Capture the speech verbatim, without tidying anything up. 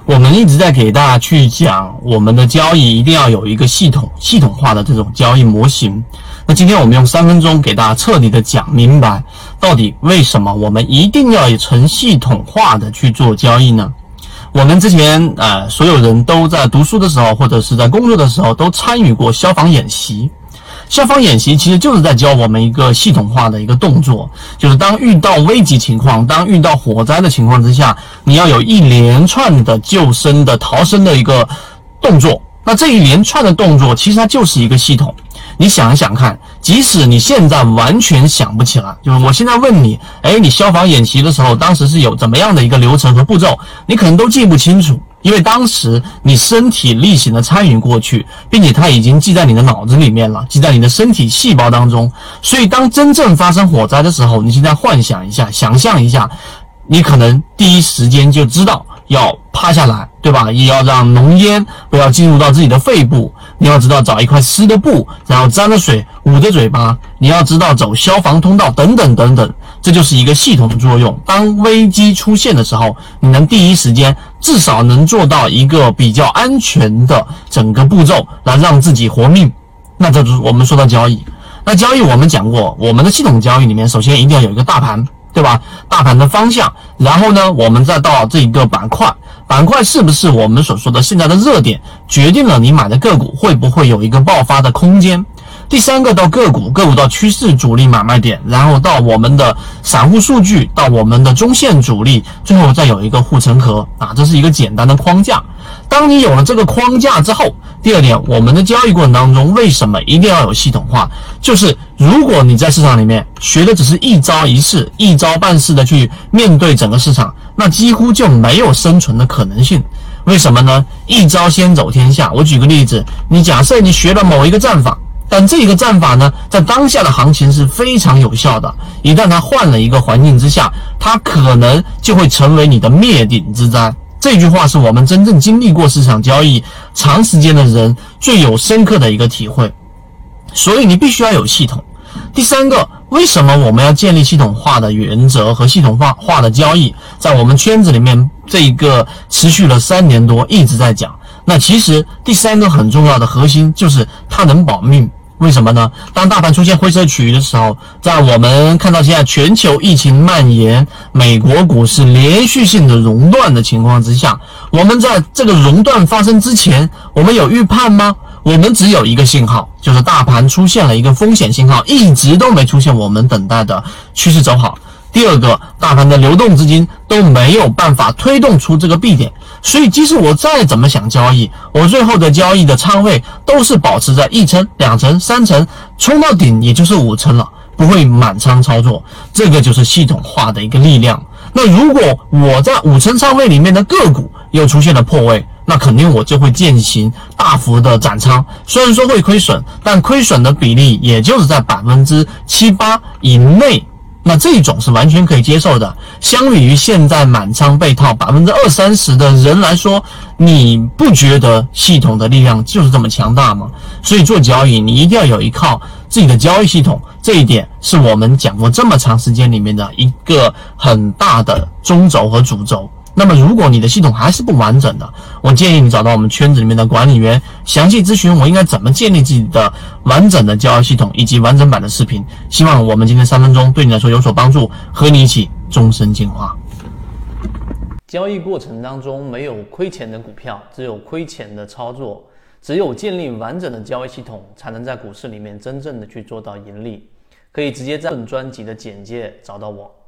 我们一直在给大家去讲，我们的交易一定要有一个系统、系统化的这种交易模型。那今天我们用三分钟给大家彻底的讲明白，到底为什么我们一定要成系统化的去做交易呢？我们之前呃，所有人都在读书的时候，或者是在工作的时候，都参与过消防演习。消防演习其实就是在教我们一个系统化的一个动作，就是当遇到危急情况，当遇到火灾的情况之下，你要有一连串的救生的逃生的一个动作。那这一连串的动作其实它就是一个系统。你想一想看，即使你现在完全想不起来，就是我现在问你，哎，你消防演习的时候当时是有怎么样的一个流程和步骤，你可能都记不清楚，因为当时你身体力行的参与过去，并且它已经记在你的脑子里面了，记在你的身体细胞当中。所以当真正发生火灾的时候，你现在幻想一下，想象一下，你可能第一时间就知道要趴下来，对吧？也要让浓烟不要进入到自己的肺部，你要知道找一块湿的布，然后沾了水捂着嘴巴，你要知道走消防通道等等等等。这就是一个系统的作用。当危机出现的时候，你能第一时间至少能做到一个比较安全的整个步骤来让自己活命。那这就是我们说到交易。那交易我们讲过，我们的系统交易里面首先一定要有一个大盘，对吧？大盘的方向，然后呢我们再到这个板块，板块是不是我们所说的现在的热点，决定了你买的个股会不会有一个爆发的空间。第三个到个股，个股到趋势主力买卖点，然后到我们的散户数据，到我们的中线主力，最后再有一个护城河啊，这是一个简单的框架。当你有了这个框架之后，第二点，我们的交易过程当中为什么一定要有系统化？就是如果你在市场里面学的只是一招一式、一招半式的去面对整个市场，那几乎就没有生存的可能性。为什么呢？一招先走天下。我举个例子，你假设你学了某一个战法，但这个战法呢，在当下的行情是非常有效的。一旦它换了一个环境之下，它可能就会成为你的灭顶之灾。这句话是我们真正经历过市场交易长时间的人最有深刻的一个体会。所以你必须要有系统。第三个，为什么我们要建立系统化的原则和系统化化的交易？在我们圈子里面，这个持续了三年多一直在讲。那其实第三个很重要的核心就是它能保命。为什么呢？当大盘出现灰色区域的时候，在我们看到现在全球疫情蔓延，美国股市连续性的熔断的情况之下，我们在这个熔断发生之前，我们有预判吗？我们只有一个信号，就是大盘出现了一个风险信号，一直都没出现我们等待的趋势走好。第二个，大盘的流动资金都没有办法推动出这个 B 点，所以即使我再怎么想交易，我最后的交易的仓位都是保持在一成、两成、三成，冲到顶也就是五成了，不会满仓操作。这个就是系统化的一个力量。那如果我在五成仓位里面的个股又出现了破位，那肯定我就会进行大幅的斩仓，虽然说会亏损，但亏损的比例也就是在百分之七八以内。那这种是完全可以接受的。相比于现在满仓被套百分之二三十的人来说，你不觉得系统的力量就是这么强大吗？所以做交易，你一定要有一靠自己的交易系统，这一点是我们讲过这么长时间里面的一个很大的中轴和主轴。那么如果你的系统还是不完整的，我建议你找到我们圈子里面的管理员，详细咨询我应该怎么建立自己的完整的交易系统以及完整版的视频。希望我们今天三分钟对你来说有所帮助，和你一起终身进化。 交易过程当中没有亏钱的股票，只有亏钱的操作。只有建立完整的交易系统，才能在股市里面真正的去做到盈利。可以直接在本专辑的简介找到我。